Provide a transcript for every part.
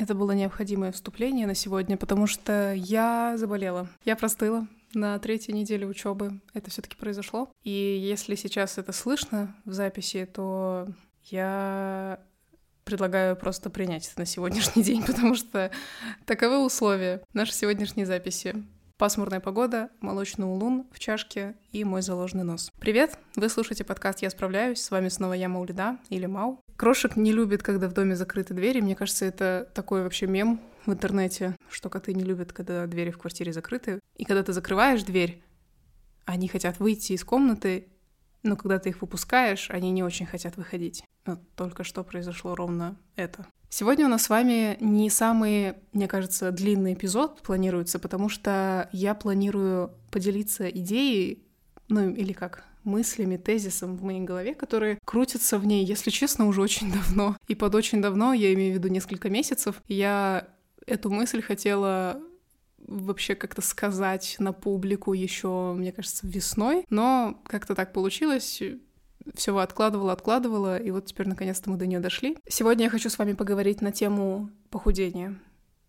Это было необходимое вступление на сегодня, потому что я заболела. Я простыла на 3-й неделе учебы. Это все-таки произошло. И если сейчас это слышно в записи, то я предлагаю просто принять это на сегодняшний день, потому что таковы условия нашей сегодняшней записи. Пасмурная погода, молочный улун в чашке и мой заложенный нос. Привет! Вы слушаете подкаст «Я справляюсь». С вами снова я, Маулида, или Мау. Крошек не любит, когда в доме закрыты двери. Мне кажется, это такой вообще мем в интернете, что коты не любят, когда двери в квартире закрыты. И когда ты закрываешь дверь, они хотят выйти из комнаты, но когда ты их выпускаешь, они не очень хотят выходить. Вот только что произошло ровно это. Сегодня у нас с вами не самый, мне кажется, длинный эпизод планируется, потому что я планирую поделиться идеей, или как, мыслями, тезисом в моей голове, которые крутятся в ней, если честно, уже очень давно. И под очень давно я имею в виду несколько месяцев. Я эту мысль хотела вообще как-то сказать на публику еще, мне кажется, весной, но как-то так получилось. Все откладывала, и вот теперь наконец-то мы до нее дошли. Сегодня я хочу с вами поговорить на тему похудения,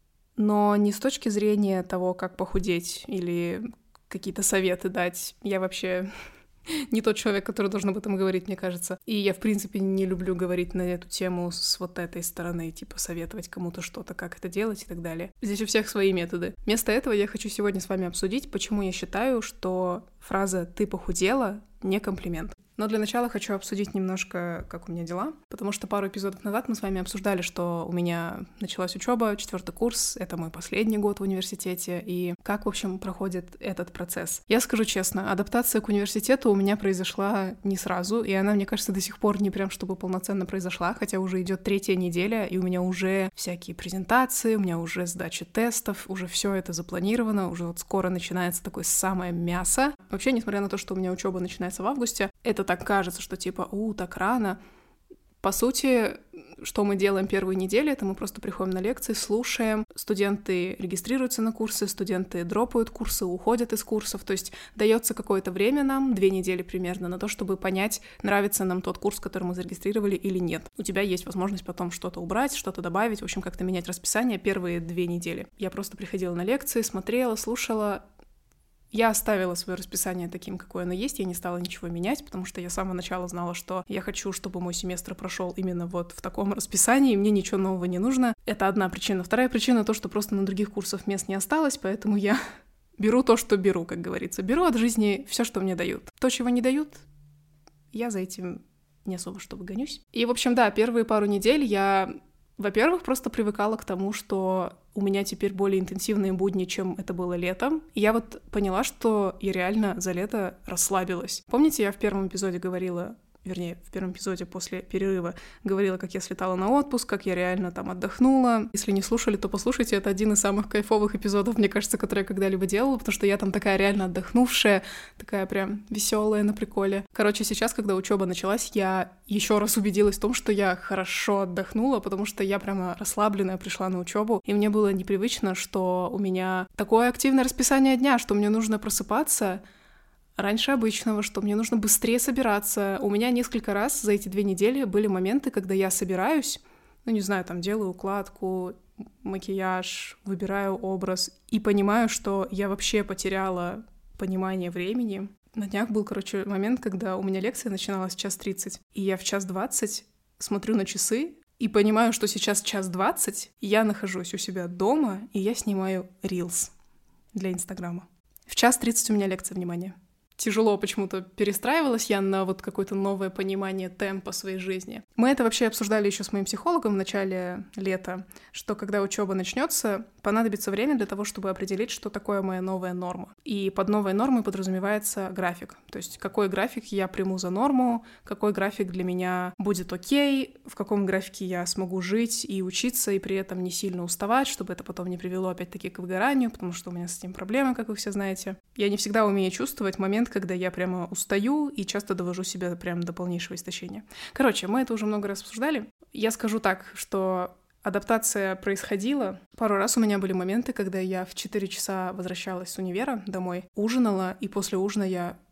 но не с точки зрения того, как похудеть или какие-то советы дать. Я вообще не тот человек, который должен об этом говорить, мне кажется. И я, в принципе, не люблю говорить на эту тему с вот этой стороны, типа советовать кому-то что-то, как это делать и так далее. Здесь у всех свои методы. Вместо этого я хочу сегодня с вами обсудить, почему я считаю, что фраза «ты похудела» не комплимент. Но для начала хочу обсудить немножко, как у меня дела, потому что пару эпизодов назад мы с вами обсуждали, что у меня началась учеба, 4-й курс, это мой последний год в университете, и как, в общем, проходит этот процесс. Я скажу честно, адаптация к университету у меня произошла не сразу, и она, мне кажется, до сих пор не прям чтобы полноценно произошла, хотя уже идет 3-я неделя, и у меня уже всякие презентации, у меня уже сдача тестов, уже все это запланировано, уже вот скоро начинается такое самое мясо. Вообще, несмотря на то, что у меня учеба начинается в августе, это так кажется, что типа, так рано. По сути, что мы делаем первую неделю, это мы просто приходим на лекции, слушаем, студенты регистрируются на курсы, студенты дропают курсы, уходят из курсов, то есть дается какое-то время нам, 2 недели примерно, на то, чтобы понять, нравится нам тот курс, который мы зарегистрировали или нет. У тебя есть возможность потом что-то убрать, что-то добавить, в общем, как-то менять расписание первые 2 недели. Я просто приходила на лекции, смотрела, слушала. Я оставила свое расписание таким, какое оно есть, я не стала ничего менять, потому что я с самого начала знала, что я хочу, чтобы мой семестр прошел именно вот в таком расписании, и мне ничего нового не нужно. Это одна причина. Вторая причина — то, что просто на других курсах мест не осталось, поэтому я беру то, что беру, как говорится. Беру от жизни все, что мне дают. То, чего не дают, я за этим не особо что гонюсь. И, в общем, да, первые пару недель я, во-первых, просто привыкала к тому, что у меня теперь более интенсивные будни, чем это было летом. И я вот поняла, что я реально за лето расслабилась. Помните, я в первом эпизоде говорила, вернее, в первом эпизоде после перерыва говорила, как я слетала на отпуск, как я реально там отдохнула. Если не слушали, то послушайте, это один из самых кайфовых эпизодов, мне кажется, который я когда-либо делала, потому что я там такая реально отдохнувшая, такая прям веселая на приколе. Короче, сейчас, когда учеба началась, я еще раз убедилась в том, что я хорошо отдохнула, потому что я прямо расслабленная пришла на учебу, и мне было непривычно, что у меня такое активное расписание дня, что мне нужно просыпаться раньше обычного, что мне нужно быстрее собираться. У меня несколько раз за эти 2 недели были моменты, когда я собираюсь, не знаю, там делаю укладку, макияж, выбираю образ и понимаю, что я вообще потеряла понимание времени. На днях был, момент, когда у меня лекция начиналась в 1:30, и я в 1:20 смотрю на часы и понимаю, что сейчас 1:20, и я нахожусь у себя дома, и я снимаю рилс для Инстаграма. В 1:30 у меня лекция, внимание. Тяжело почему-то перестраивалась я на вот какое-то новое понимание темпа своей жизни. Мы это вообще обсуждали еще с моим психологом в начале лета, что когда учеба начнется, понадобится время для того, чтобы определить, что такое моя новая норма. И под новой нормой подразумевается график. То есть какой график я приму за норму, какой график для меня будет окей, в каком графике я смогу жить и учиться, и при этом не сильно уставать, чтобы это потом не привело опять-таки к выгоранию, потому что у меня с этим проблемы, как вы все знаете. Я не всегда умею чувствовать момент, когда я прямо устаю и часто довожу себя прямо до полнейшего истощения. Короче, мы это уже много раз обсуждали. Я скажу так, что адаптация происходила. Пару раз у меня были моменты, когда я в 4 часа возвращалась с универа домой, ужинала, и после ужина я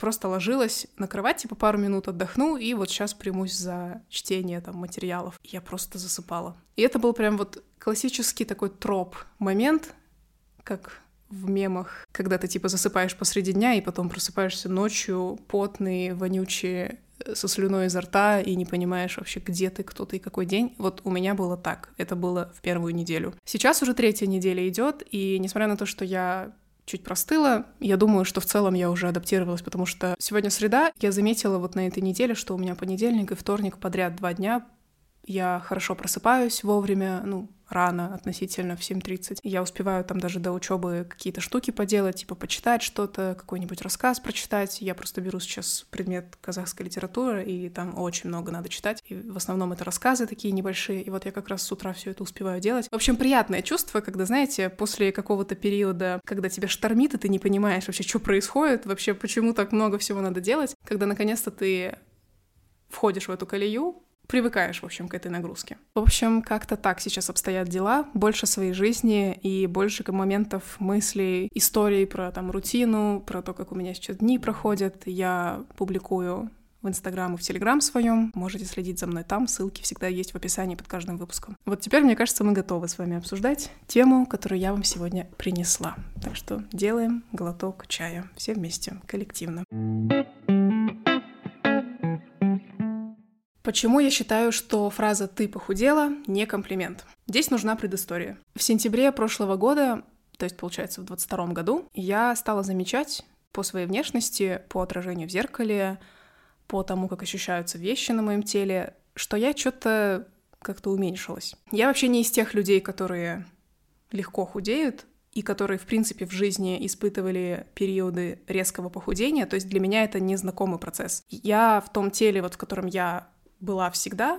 просто ложилась на кровать, типа пару минут отдохну, и вот сейчас примусь за чтение там материалов. И я просто засыпала. И это был прям вот классический такой момент, как в мемах, когда ты типа засыпаешь посреди дня и потом просыпаешься ночью, потный, вонючий, со слюной изо рта, и не понимаешь вообще, где ты, кто ты и какой день. Вот у меня было так. Это было в первую неделю. Сейчас уже 3-я неделя идет, и несмотря на то, что я чуть простыла, я думаю, что в целом я уже адаптировалась, потому что сегодня среда, я заметила вот на этой неделе, что у меня понедельник и вторник подряд 2 дня. Я хорошо просыпаюсь вовремя, рано относительно, в 7:30. Я успеваю там даже до учебы какие-то штуки поделать, типа почитать что-то, какой-нибудь рассказ прочитать. Я просто беру сейчас предмет казахской литературы, и там очень много надо читать. И в основном это рассказы такие небольшие, и вот я как раз с утра все это успеваю делать. В общем, приятное чувство, когда, знаете, после какого-то периода, когда тебя штормит, и ты не понимаешь вообще, что происходит, вообще, почему так много всего надо делать, когда наконец-то ты входишь в эту колею, привыкаешь, в общем, к этой нагрузке. В общем, как-то так сейчас обстоят дела. Больше своей жизни и больше моментов, мыслей, историй про там рутину, про то, как у меня сейчас дни проходят. Я публикую в Инстаграм и в Телеграм своем. Можете следить за мной там. Ссылки всегда есть в описании под каждым выпуском. Вот теперь, мне кажется, мы готовы с вами обсуждать тему, которую я вам сегодня принесла. Так что делаем глоток чая. Все вместе, коллективно. Почему я считаю, что фраза «ты похудела» не комплимент? Здесь нужна предыстория. В сентябре прошлого года, то есть, получается, в 22-м году, я стала замечать по своей внешности, по отражению в зеркале, по тому, как ощущаются вещи на моем теле, что я что-то как-то уменьшилась. Я вообще не из тех людей, которые легко худеют, и которые, в принципе, в жизни испытывали периоды резкого похудения, то есть для меня это незнакомый процесс. Я в том теле, вот в котором я была всегда,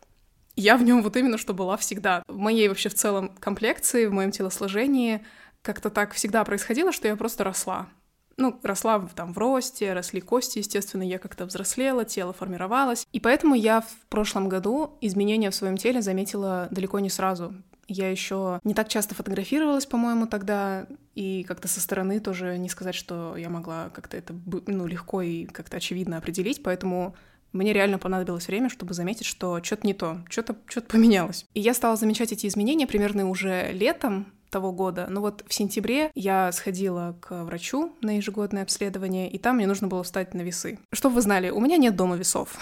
я в нем вот именно что была всегда. В моей вообще в целом комплекции, в моем телосложении как-то так всегда происходило, что я просто росла. Росла там в росте, росли кости, естественно, я как-то взрослела, тело формировалось. И поэтому я в прошлом году изменения в своем теле заметила далеко не сразу. Я еще не так часто фотографировалась, по-моему, тогда, и как-то со стороны тоже не сказать, что я могла как-то это легко и как-то очевидно определить, поэтому мне реально понадобилось время, чтобы заметить, что что-то не то, что-то поменялось. И я стала замечать эти изменения примерно уже летом того года. Но вот в сентябре я сходила к врачу на ежегодное обследование, и там мне нужно было встать на весы. Чтобы вы знали, у меня нет дома весов.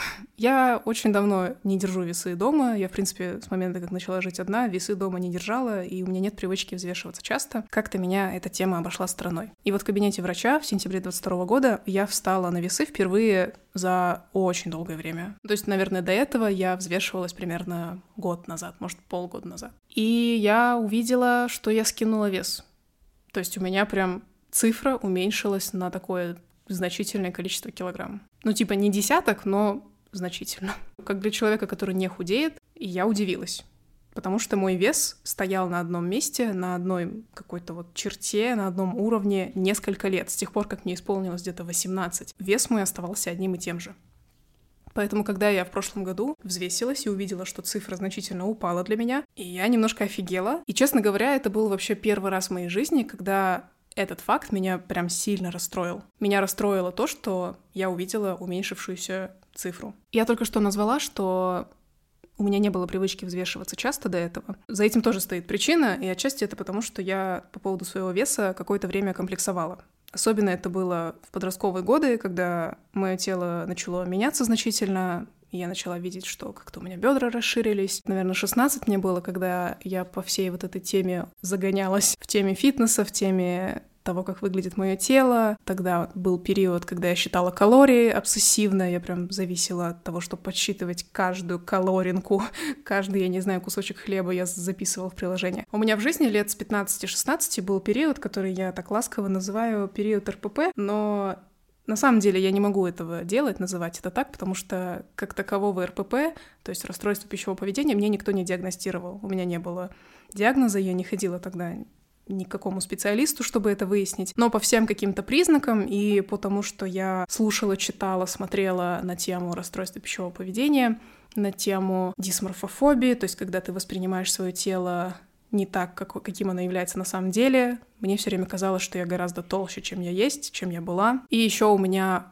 Я очень давно не держу весы дома. Я, в принципе, с момента, как начала жить одна, весы дома не держала, и у меня нет привычки взвешиваться часто. Как-то меня эта тема обошла стороной. И вот в кабинете врача в сентябре 22 года я встала на весы впервые за очень долгое время. То есть, наверное, до этого я взвешивалась примерно год назад, может, полгода назад. И я увидела, что я скинула вес. То есть у меня прям цифра уменьшилась на такое значительное количество килограмм. Не десяток, но значительно. Как для человека, который не худеет, я удивилась. Потому что мой вес стоял на одном месте, на одной какой-то вот черте, на одном уровне несколько лет. С тех пор, как мне исполнилось где-то 18. Вес мой оставался одним и тем же. Поэтому, когда я в прошлом году взвесилась и увидела, что цифра значительно упала для меня, и я немножко офигела. И, честно говоря, это был вообще первый раз в моей жизни, когда этот факт меня прям сильно расстроил. Меня расстроило то, что я увидела уменьшившуюся цифру. Я только что назвала, что у меня не было привычки взвешиваться часто до этого. За этим тоже стоит причина, и отчасти это потому, что я по поводу своего веса какое-то время комплексовала. Особенно это было в подростковые годы, когда мое тело начало меняться значительно, и я начала видеть, что как-то у меня бедра расширились. Наверное, 16 мне было, когда я по всей вот этой теме загонялась в теме фитнеса, в теме того, как выглядит мое тело. Тогда был период, когда я считала калории обсессивно, я прям зависела от того, чтобы подсчитывать каждую калоринку, каждый, я не знаю, кусочек хлеба я записывала в приложение. У меня в жизни лет с 15-16 был период, который я так ласково называю период РПП, но на самом деле я не могу этого делать, называть это так, потому что как такового РПП, то есть расстройство пищевого поведения, мне никто не диагностировал. У меня не было диагноза, я не ходила тогда ни к какому специалисту, чтобы это выяснить. Но по всем каким-то признакам и по тому, что я слушала, читала, смотрела на тему расстройства пищевого поведения, на тему дисморфофобии, то есть когда ты воспринимаешь свое тело не так, каким оно является на самом деле, мне все время казалось, что я гораздо толще, чем я есть, чем я была. И еще у меня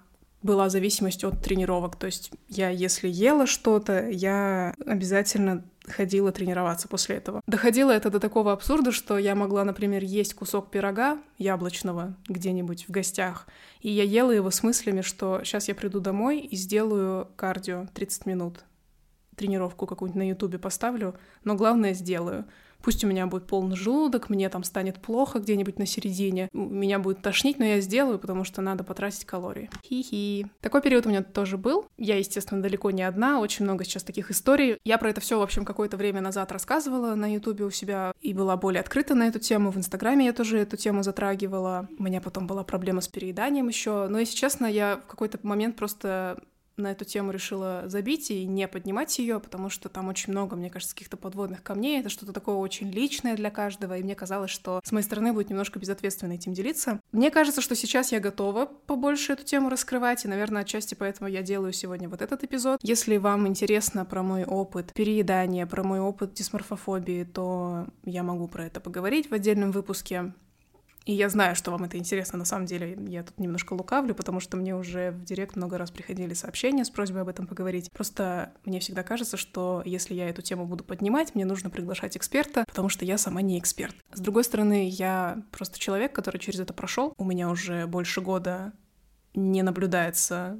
была зависимость от тренировок. То есть я, если ела что-то, я обязательно ходила тренироваться после этого. Доходило это до такого абсурда, что я могла, например, есть кусок пирога яблочного где-нибудь в гостях, и я ела его с мыслями, что сейчас я приду домой и сделаю кардио 30 минут. Тренировку какую-нибудь на Ютубе поставлю, но главное сделаю. Пусть у меня будет полный желудок, мне там станет плохо где-нибудь на середине, меня будет тошнить, но я сделаю, потому что надо потратить калории. Хи-хи. Такой период у меня тоже был. Я, естественно, далеко не одна, очень много сейчас таких историй. Я про это все, в общем, какое-то время назад рассказывала на Ютубе у себя и была более открыта на эту тему. В Инстаграме я тоже эту тему затрагивала. У меня потом была проблема с перееданием еще. Но, если честно, я в какой-то момент просто на эту тему решила забить и не поднимать ее, потому что там очень много, мне кажется, каких-то подводных камней. Это что-то такое очень личное для каждого, и мне казалось, что с моей стороны будет немножко безответственно этим делиться. Мне кажется, что сейчас я готова побольше эту тему раскрывать, и, наверное, отчасти поэтому я делаю сегодня вот этот эпизод. Если вам интересно про мой опыт переедания, про мой опыт дисморфофобии, то я могу про это поговорить в отдельном выпуске. И я знаю, что вам это интересно, на самом деле я тут немножко лукавлю, потому что мне уже в директ много раз приходили сообщения с просьбой об этом поговорить. Просто мне всегда кажется, что если я эту тему буду поднимать, мне нужно приглашать эксперта, потому что я сама не эксперт. С другой стороны, я просто человек, который через это прошел. У меня уже больше года не наблюдается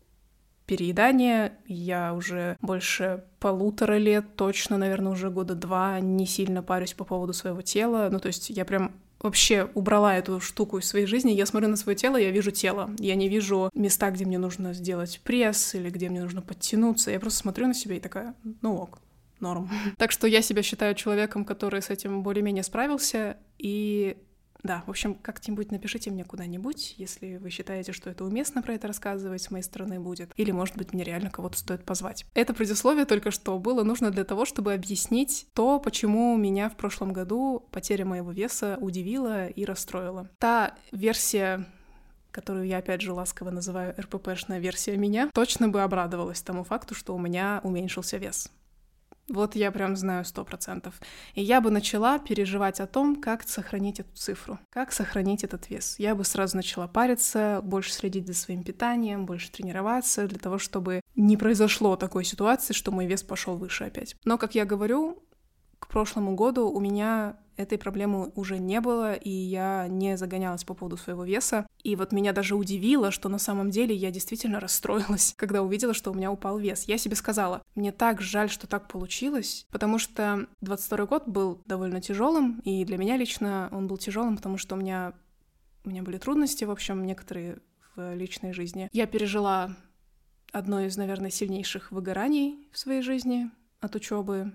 переедание. Я уже больше 1,5 лет, точно, наверное, уже 2 года не сильно парюсь по поводу своего тела. Ну, то есть я прям вообще убрала эту штуку из своей жизни. Я смотрю на свое тело, я вижу тело. Я не вижу места, где мне нужно сделать пресс или где мне нужно подтянуться. Я просто смотрю на себя и такая, ну ок, норм. Так что я себя считаю человеком, который с этим более-менее справился. И да, в общем, как-нибудь напишите мне куда-нибудь, если вы считаете, что это уместно про это рассказывать с моей стороны будет. Или, может быть, мне реально кого-то стоит позвать. Это предисловие только что было нужно для того, чтобы объяснить то, почему меня в прошлом году потеря моего веса удивила и расстроила. Та версия, которую я, опять же, ласково называю РППшная версия меня, точно бы обрадовалась тому факту, что у меня уменьшился вес. Вот я прям знаю 100%. И я бы начала переживать о том, как сохранить эту цифру, как сохранить этот вес. Я бы сразу начала париться, больше следить за своим питанием, больше тренироваться, для того, чтобы не произошло такой ситуации, что мой вес пошел выше опять. Но, как я говорю, к прошлому году у меня этой проблемы уже не было, и я не загонялась по поводу своего веса. И вот меня даже удивило, что на самом деле я действительно расстроилась, когда увидела, что у меня упал вес. Я себе сказала, мне так жаль, что так получилось, потому что 22-й год был довольно тяжелым, и для меня лично он был тяжелым, потому что у меня были трудности, в общем, некоторые в личной жизни. Я пережила одно из, наверное, сильнейших выгораний в своей жизни от учебы.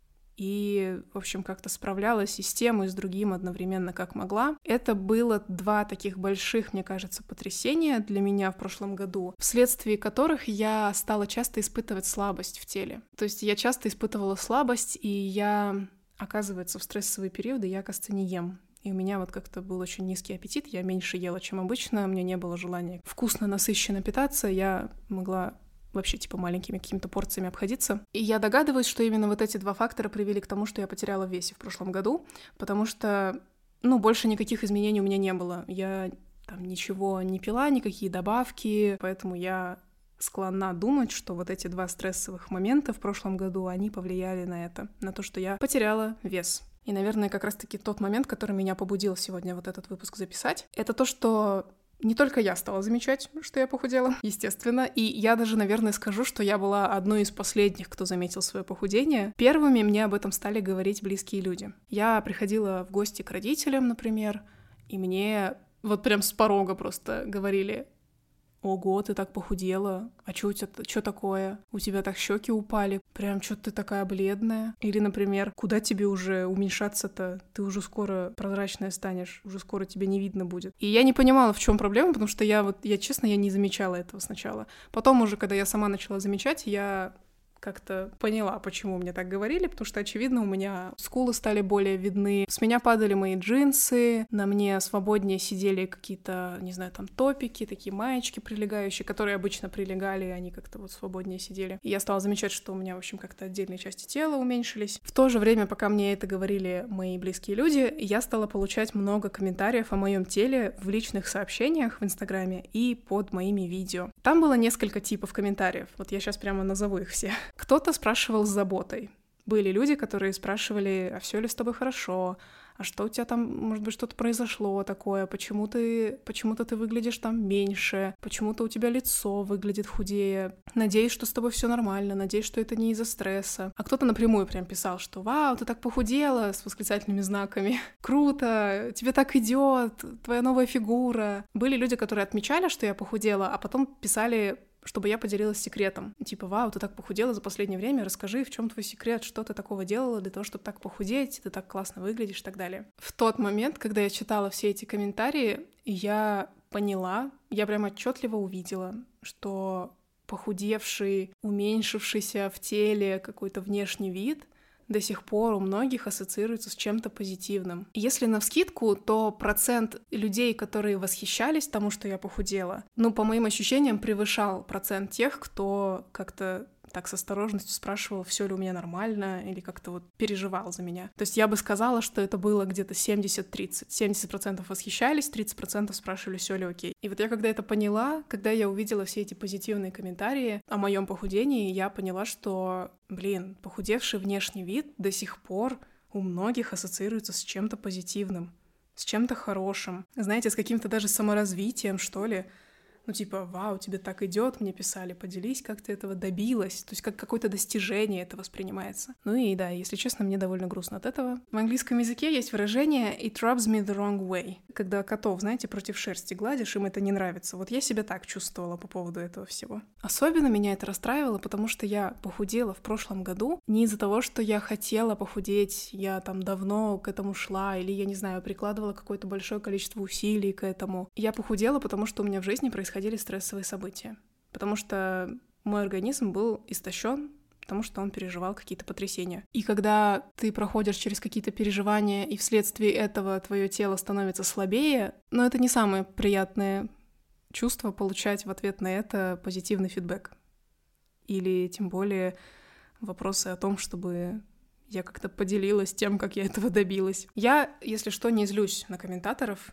И, в общем, как-то справлялась и с тем, и с другим одновременно, как могла. Это было 2 таких больших, мне кажется, потрясения для меня в прошлом году, вследствие которых я стала часто испытывать слабость в теле. То есть я часто испытывала слабость, и я, оказывается, в стрессовые периоды я, оказывается, не ем. И у меня вот как-то был очень низкий аппетит, я меньше ела, чем обычно, у меня не было желания вкусно, насыщенно питаться, я могла вообще типа маленькими какими-то порциями обходиться. И я догадываюсь, что именно вот эти 2 фактора привели к тому, что я потеряла в весе в прошлом году, потому что, больше никаких изменений у меня не было. Я там ничего не пила, никакие добавки, поэтому я склонна думать, что вот эти 2 стрессовых момента в прошлом году, они повлияли на это, на то, что я потеряла вес. И, наверное, как раз-таки тот момент, который меня побудил сегодня вот этот выпуск записать, это то, что не только я стала замечать, что я похудела, естественно, и я даже, наверное, скажу, что я была одной из последних, кто заметил свое похудение. Первыми мне об этом стали говорить близкие люди. Я приходила в гости к родителям, например, и мне вот прям с порога просто говорили: «Ого, ты так похудела, а что такое? У тебя так щеки упали, прям что-то ты такая бледная». Или, например, куда тебе уже уменьшаться-то? Ты уже скоро прозрачная станешь, уже скоро тебя не видно будет. И я не понимала, в чем проблема, потому что я честно, я не замечала этого сначала. Потом уже, когда я сама начала замечать, я как-то поняла, почему мне так говорили, потому что, очевидно, у меня скулы стали более видны, с меня падали мои джинсы, на мне свободнее сидели какие-то, не знаю, там топики, такие маечки прилегающие, которые обычно прилегали, они как-то вот свободнее сидели. И я стала замечать, что у меня, в общем, как-то отдельные части тела уменьшились. В то же время, пока мне это говорили мои близкие люди, я стала получать много комментариев о моем теле в личных сообщениях в Инстаграме и под моими видео. Там было несколько типов комментариев, вот я сейчас прямо назову их все. Кто-то спрашивал с заботой. Были люди, которые спрашивали, а все ли с тобой хорошо, а что у тебя там, может быть, что-то произошло такое, почему-то ты выглядишь там меньше, почему-то у тебя лицо выглядит худее. Надеюсь, что с тобой все нормально, надеюсь, что это не из-за стресса. А кто-то напрямую прям писал, что «Вау, ты так похудела!» с восклицательными знаками. «Круто! Тебе так идет! Твоя новая фигура!» Были люди, которые отмечали, что я похудела, а потом писали, чтобы я поделилась секретом. Типа, вау, ты так похудела за последнее время, расскажи, в чем твой секрет, что ты такого делала для того, чтобы так похудеть, ты так классно выглядишь и так далее. В тот момент, когда я читала все эти комментарии, я поняла, я прям отчетливо увидела, что похудевший, уменьшившийся в теле какой-то внешний вид до сих пор у многих ассоциируется с чем-то позитивным. Если навскидку, то процент людей, которые восхищались тому, что я похудела, по моим ощущениям, превышал процент тех, кто как-то так с осторожностью спрашивал, все ли у меня нормально, или как-то вот переживал за меня. То есть я бы сказала, что это было где-то 70-30. 70% восхищались, 30% спрашивали, все ли окей. И вот я когда это поняла, когда я увидела все эти позитивные комментарии о моем похудении, я поняла, что, похудевший внешний вид до сих пор у многих ассоциируется с чем-то позитивным, с чем-то хорошим. Знаете, с каким-то даже саморазвитием, что ли. Вау, тебе так идет, мне писали, поделись, как ты этого добилась. То есть как какое-то достижение это воспринимается. И да, если честно, мне довольно грустно от этого. В английском языке есть выражение «it rubs me the wrong way». Когда котов, знаете, против шерсти гладишь, им это не нравится. Вот я себя так чувствовала по поводу этого всего. Особенно меня это расстраивало, потому что я похудела в прошлом году не из-за того, что я хотела похудеть, я там давно к этому шла, или, я не знаю, прикладывала какое-то большое количество усилий к этому. Я похудела, потому что у меня в жизни происходили стрессовые события. Потому что мой организм был истощен, потому что он переживал какие-то потрясения. И когда ты проходишь через какие-то переживания, и вследствие этого твое тело становится слабее, это не самое приятное чувство получать в ответ на это позитивный фидбэк. Или тем более вопросы о том, чтобы я как-то поделилась тем, как я этого добилась. Я, если что, не злюсь на комментаторов.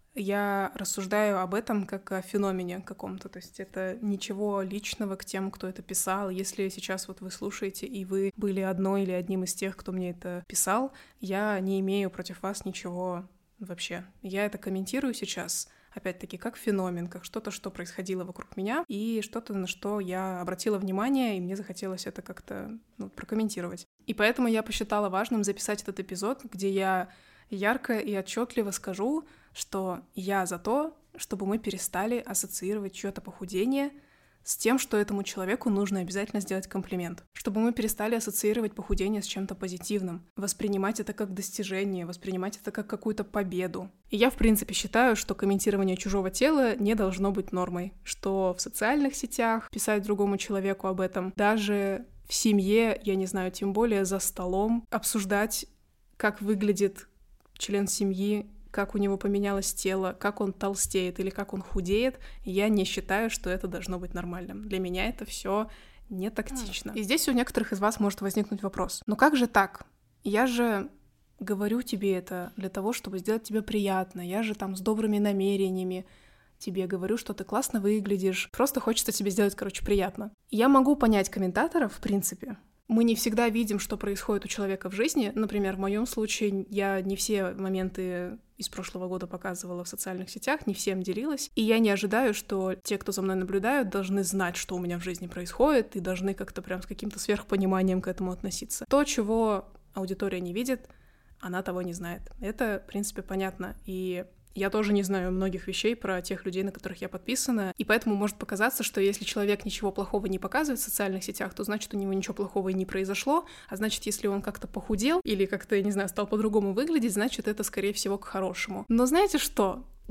Я рассуждаю об этом как о феномене каком-то, то есть это ничего личного к тем, кто это писал. Если сейчас вот вы слушаете, и вы были одной или одним из тех, кто мне это писал, я не имею против вас ничего вообще. Я это комментирую сейчас, опять-таки, как феномен, как что-то, что происходило вокруг меня, и что-то, на что я обратила внимание, и мне захотелось это как-то прокомментировать. И поэтому я посчитала важным записать этот эпизод, где я ярко и отчетливо скажу, что я за то, чтобы мы перестали ассоциировать чьё-то похудение с тем, что этому человеку нужно обязательно сделать комплимент. Чтобы мы перестали ассоциировать похудение с чем-то позитивным, воспринимать это как достижение, воспринимать это как какую-то победу. И я, в принципе, считаю, что комментирование чужого тела не должно быть нормой, что в социальных сетях писать другому человеку об этом, даже в семье, я не знаю, тем более за столом, обсуждать, как выглядит член семьи, как у него поменялось тело, как он толстеет или как он худеет, я не считаю, что это должно быть нормальным. Для меня это все не тактично. И здесь у некоторых из вас может возникнуть вопрос. Как же так? Я же говорю тебе это для того, чтобы сделать тебе приятно. Я же там с добрыми намерениями тебе говорю, что ты классно выглядишь. Просто хочется тебе сделать, приятно. Я могу понять комментаторов, в принципе. Мы не всегда видим, что происходит у человека в жизни. Например, в моем случае я не все моменты из прошлого года показывала в социальных сетях, не всем делилась. И я не ожидаю, что те, кто за мной наблюдают, должны знать, что у меня в жизни происходит, и должны как-то прям с каким-то сверхпониманием к этому относиться. То, чего аудитория не видит, она того не знает. Это, в принципе, понятно. И я тоже не знаю многих вещей про тех людей, на которых я подписана, и поэтому может показаться, что если человек ничего плохого не показывает в социальных сетях, то значит, у него ничего плохого и не произошло, а значит, если он как-то похудел или как-то, я не знаю, стал по-другому выглядеть, значит, это, скорее всего, к хорошему. Но знаете что?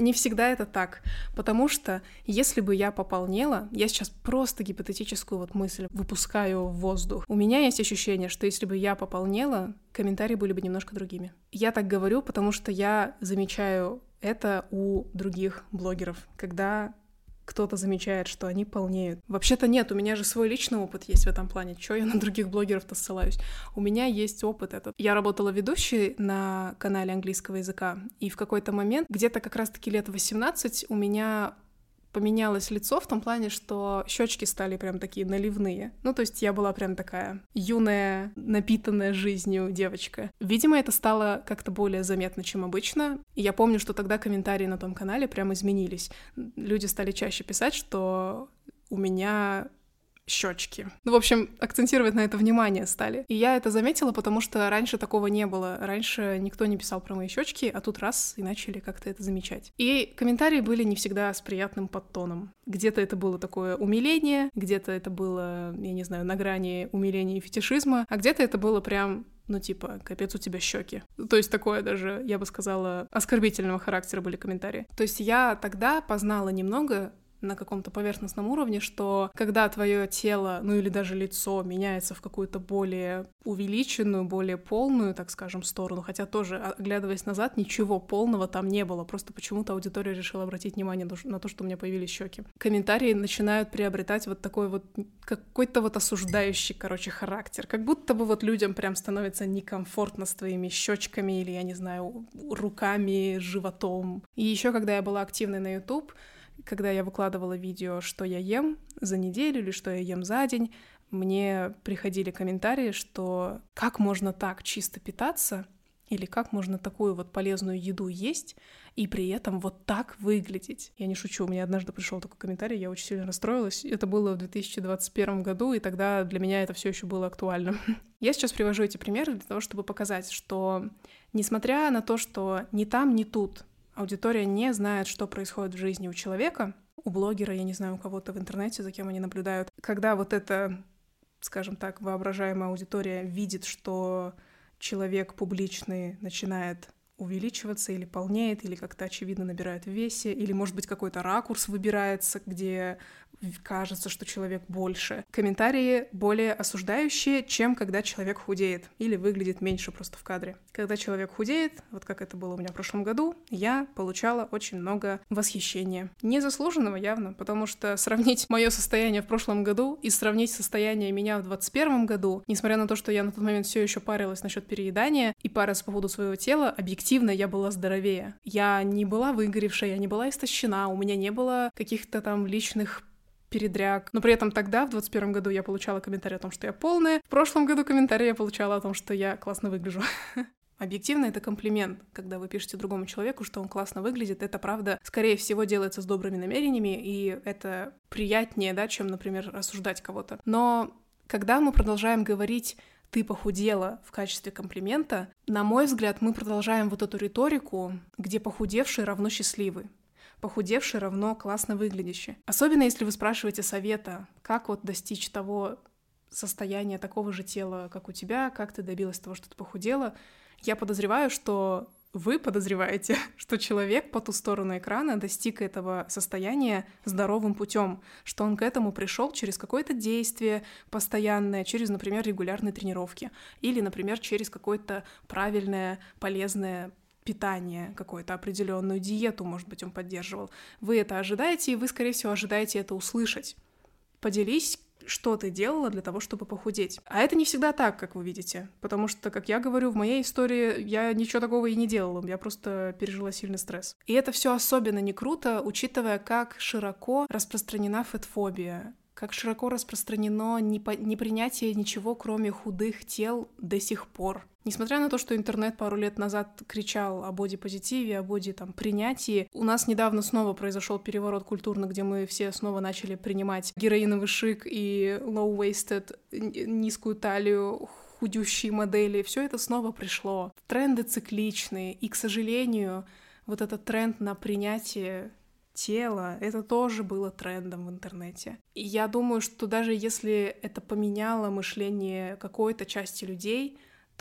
не всегда это так, потому что если бы я пополнела, я сейчас просто гипотетическую вот мысль выпускаю в воздух, у меня есть ощущение, что если бы я пополнела, комментарии были бы немножко другими. Я так говорю, потому что я замечаю это у других блогеров, когда кто-то замечает, что они полнеют. Вообще-то нет, у меня же свой личный опыт есть в этом плане. Чё я на других блогеров-то ссылаюсь? У меня есть опыт этот. Я работала ведущей на канале английского языка, и в какой-то момент, где-то как раз-таки лет 18, у меня поменялось лицо в том плане, что щечки стали прям такие наливные. Ну, то есть я была прям такая юная, напитанная жизнью девочка. Видимо, это стало как-то более заметно, чем обычно. И я помню, что тогда комментарии на том канале прям изменились. Люди стали чаще писать, что у меня щечки. Ну, в общем, акцентировать на это внимание стали. И я это заметила, потому что раньше такого не было. Раньше никто не писал про мои щечки, а тут раз и начали как-то это замечать. И комментарии были не всегда с приятным подтоном. Где-то это было такое умиление, где-то это было, я не знаю, на грани умиления и фетишизма, а где-то это было прям ну, типа, капец, у тебя щеки. То есть такое даже, я бы сказала, оскорбительного характера были комментарии. То есть я тогда познала немного на каком-то поверхностном уровне, что когда твое тело, ну или даже лицо меняется в какую-то более увеличенную, более полную, так скажем, сторону, хотя тоже, оглядываясь назад, ничего полного там не было, просто почему-то аудитория решила обратить внимание на то, что у меня появились щеки. Комментарии начинают приобретать вот такой вот какой-то вот осуждающий, короче, характер, как будто бы вот людям прям становится некомфортно с твоими щечками или, я не знаю, руками, животом. И еще когда я была активной на YouTube, когда я выкладывала видео, что я ем за неделю или что я ем за день, мне приходили комментарии, что как можно так чисто питаться или как можно такую вот полезную еду есть и при этом вот так выглядеть. Я не шучу, у меня однажды пришел такой комментарий, я очень сильно расстроилась. Это было в 2021 году, и тогда для меня это все еще было актуально. Я сейчас привожу эти примеры для того, чтобы показать, что несмотря на то, что ни там, ни тут аудитория не знает, что происходит в жизни у человека, у блогера, я не знаю, у кого-то в интернете, за кем они наблюдают. Когда вот эта, скажем так, воображаемая аудитория видит, что человек публичный начинает увеличиваться или полнеет, или как-то очевидно набирает в весе, или, может быть, какой-то ракурс выбирается, где кажется, что человек больше. Комментарии более осуждающие, чем когда человек худеет или выглядит меньше просто в кадре. Когда человек худеет, вот как это было у меня в прошлом году, я получала очень много восхищения. Незаслуженного явно, потому что сравнить мое состояние в прошлом году и сравнить состояние меня в 2021 году, несмотря на то, что я на тот момент все еще парилась насчет переедания и парилась по поводу своего тела, объективно я была здоровее. Я не была выгоревшая, я не была истощена, у меня не было каких-то там личных передряг. Но при этом тогда, в 2021 году, я получала комментарии о том, что я полная. В прошлом году комментарии я получала о том, что я классно выгляжу. Объективно это комплимент, когда вы пишете другому человеку, что он классно выглядит. Это, правда, скорее всего, делается с добрыми намерениями, и это приятнее, да, чем, например, осуждать кого-то. Но когда мы продолжаем говорить «ты похудела» в качестве комплимента, на мой взгляд, мы продолжаем вот эту риторику, где похудевший равно счастливый. Похудевший равно классно выглядящий. Особенно если вы спрашиваете совета, как вот достичь того состояния, такого же тела, как у тебя, как ты добилась того, что ты похудела. Я подозреваю, что вы подозреваете, что человек по ту сторону экрана достиг этого состояния здоровым путем, что он к этому пришел через какое-то действие постоянное, через, например, регулярные тренировки или, например, через какое-то правильное, полезное питание, какую-то определенную диету, может быть, он поддерживал. Вы это ожидаете, и вы, скорее всего, ожидаете это услышать. Поделись, что ты делала для того, чтобы похудеть. А это не всегда так, как вы видите, потому что, как я говорю, в моей истории я ничего такого и не делала, я просто пережила сильный стресс. И это все особенно не круто, учитывая, как широко распространена фэтфобия, как широко распространено непринятие ничего, кроме худых тел до сих пор. Несмотря на то, что интернет пару лет назад кричал о бодипозитиве, о принятии, у нас недавно снова произошел переворот культурно, где мы все снова начали принимать героиновый шик и low-waisted, низкую талию, худющие модели. Все это снова пришло. Тренды цикличные, и, к сожалению, вот этот тренд на принятие тела, это тоже было трендом в интернете. И я думаю, что даже если это поменяло мышление какой-то части людей,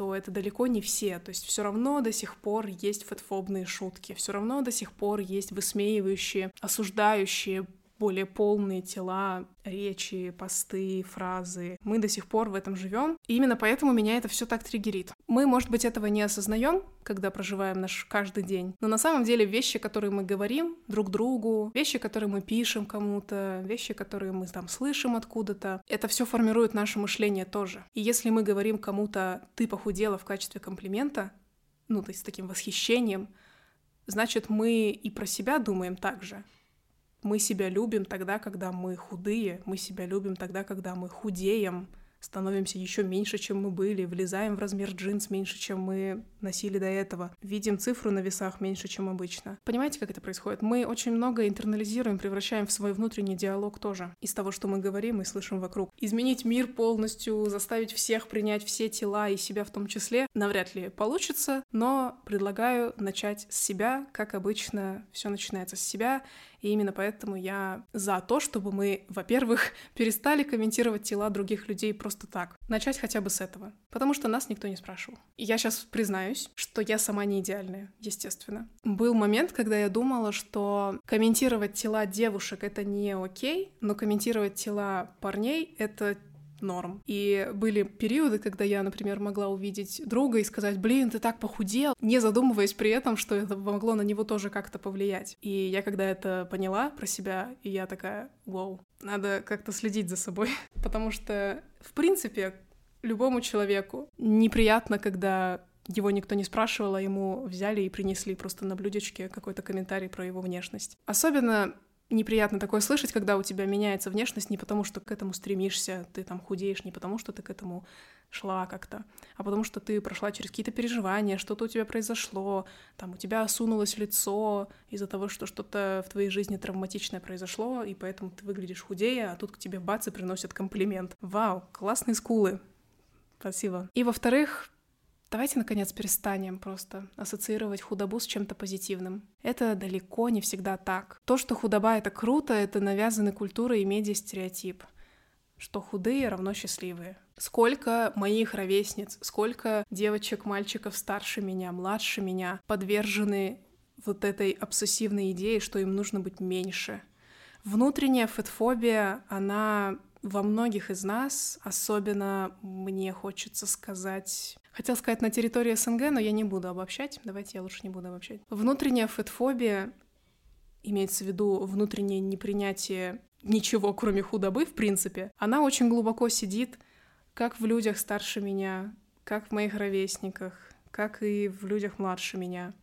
то это далеко не все. То есть все равно до сих пор есть фэтфобные шутки, все равно до сих пор есть высмеивающие, осуждающие более полные тела, речи, посты, фразы. Мы до сих пор в этом живем, и именно поэтому меня это все так триггерит. Мы, может быть, этого не осознаем, когда проживаем наш каждый день, но на самом деле вещи, которые мы говорим друг другу, вещи, которые мы пишем кому-то, вещи, которые мы там слышим откуда-то, это все формирует наше мышление тоже. И если мы говорим кому-то «ты похудела» в качестве комплимента, то есть с таким восхищением, значит, мы и про себя думаем так же. Мы себя любим тогда, когда мы худые, мы себя любим тогда, когда мы худеем, становимся еще меньше, чем мы были, влезаем в размер джинс меньше, чем мы носили до этого, видим цифру на весах меньше, чем обычно. Понимаете, как это происходит? Мы очень много интернализируем, превращаем в свой внутренний диалог тоже из того, что мы говорим и слышим вокруг. Изменить мир полностью, заставить всех принять все тела и себя в том числе, навряд ли получится, но предлагаю начать с себя, как обычно, все начинается с себя. И именно поэтому я за то, чтобы мы, во-первых, перестали комментировать тела других людей просто так. Начать хотя бы с этого. Потому что нас никто не спрашивал. И я сейчас признаюсь, что я сама не идеальная, естественно. Был момент, когда я думала, что комментировать тела девушек — это не окей, но комментировать тела парней — это норм. И были периоды, когда я, например, могла увидеть друга и сказать: «Блин, ты так похудел», не задумываясь при этом, что это могло на него тоже как-то повлиять. И я когда это поняла про себя, и я такая: «Вау, надо как-то следить за собой». Потому что, в принципе, любому человеку неприятно, когда его никто не спрашивал, а ему взяли и принесли просто на блюдечке какой-то комментарий про его внешность. Особенно неприятно такое слышать, когда у тебя меняется внешность не потому, что к этому стремишься, ты там худеешь, не потому, что ты к этому шла как-то, а потому что ты прошла через какие-то переживания, что-то у тебя произошло, там у тебя осунулось лицо из-за того, что что-то в твоей жизни травматичное произошло, и поэтому ты выглядишь худее, а тут к тебе бац и приносят комплимент. Вау, классные скулы. Спасибо. И во-вторых, давайте, наконец, перестанем просто ассоциировать худобу с чем-то позитивным. Это далеко не всегда так. То, что худоба — это круто, это навязанный культурой и медиа-стереотип, что худые равно счастливые. Сколько моих ровесниц, сколько девочек, мальчиков старше меня, младше меня подвержены вот этой обсессивной идее, что им нужно быть меньше. Внутренняя фэтфобия, она во многих из нас, особенно мне хочется сказать... Хотела сказать на территории СНГ, но я не буду обобщать. Давайте я лучше не буду обобщать. Внутренняя фэтфобия, имеется в виду внутреннее непринятие ничего, кроме худобы, в принципе, она очень глубоко сидит как в людях старше меня, как в моих ровесниках, как и в людях младше меня.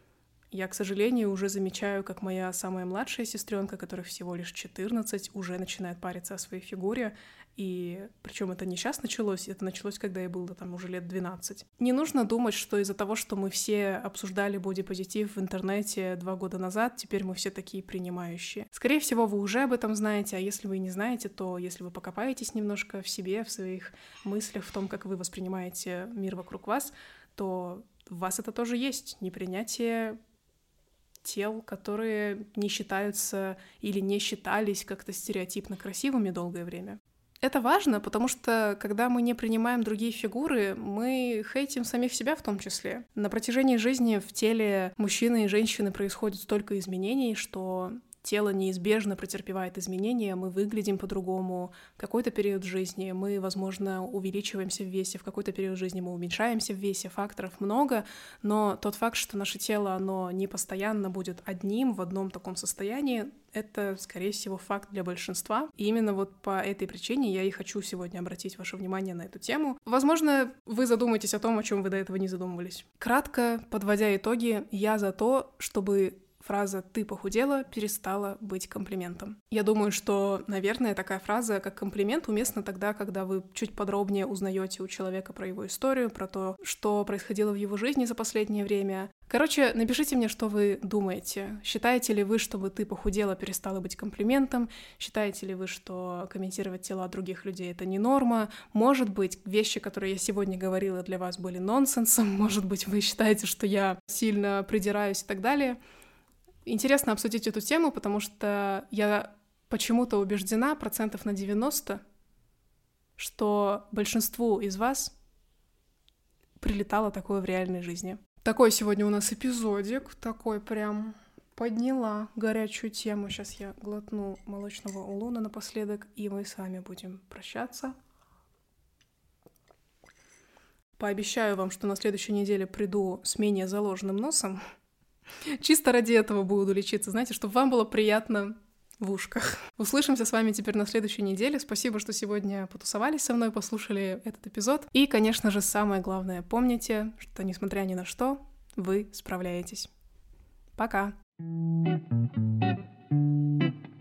Я, к сожалению, уже замечаю, как моя самая младшая сестренка, которой всего лишь 14, уже начинает париться о своей фигуре. И причем это не сейчас началось, это началось, когда ей было там уже лет 12. Не нужно думать, что из-за того, что мы все обсуждали бодипозитив в интернете 2 года назад, теперь мы все такие принимающие. Скорее всего, вы уже об этом знаете, а если вы не знаете, то если вы покопаетесь немножко в себе, в своих мыслях, в том, как вы воспринимаете мир вокруг вас, то в вас это тоже есть. Непринятие тел, которые не считаются или не считались как-то стереотипно красивыми долгое время. Это важно, потому что, когда мы не принимаем другие фигуры, мы хейтим самих себя в том числе. На протяжении жизни в теле мужчины и женщины происходит столько изменений, что тело неизбежно претерпевает изменения, мы выглядим по-другому в какой-то период жизни, мы, возможно, увеличиваемся в весе, в какой-то период жизни мы уменьшаемся в весе, факторов много, но тот факт, что наше тело, оно не постоянно будет одним, в одном таком состоянии, это, скорее всего, факт для большинства. И именно вот по этой причине я и хочу сегодня обратить ваше внимание на эту тему. Возможно, вы задумаетесь о том, о чем вы до этого не задумывались. Кратко, подводя итоги, я за то, чтобы фраза «ты похудела» перестала быть комплиментом. Я думаю, что, наверное, такая фраза, как комплимент, уместна тогда, когда вы чуть подробнее узнаете у человека про его историю, про то, что происходило в его жизни за последнее время. Короче, напишите мне, что вы думаете. Считаете ли вы, чтобы «ты похудела» перестала быть комплиментом? Считаете ли вы, что комментировать тела других людей — это не норма? Может быть, вещи, которые я сегодня говорила, для вас были нонсенсом? Может быть, вы считаете, что я сильно придираюсь и так далее? Интересно обсудить эту тему, потому что я почему-то убеждена 90%, что большинству из вас прилетало такое в реальной жизни. Такой сегодня у нас эпизодик, такой прям подняла горячую тему. Сейчас я глотну молочного улуна напоследок, и мы с вами будем прощаться. Пообещаю вам, что на следующей неделе приду с менее заложенным носом. Чисто ради этого буду лечиться, знаете, чтобы вам было приятно в ушках. Услышимся с вами теперь на следующей неделе. Спасибо, что сегодня потусовались со мной, послушали этот эпизод. И, конечно же, самое главное, помните, что, несмотря ни на что, вы справляетесь. Пока!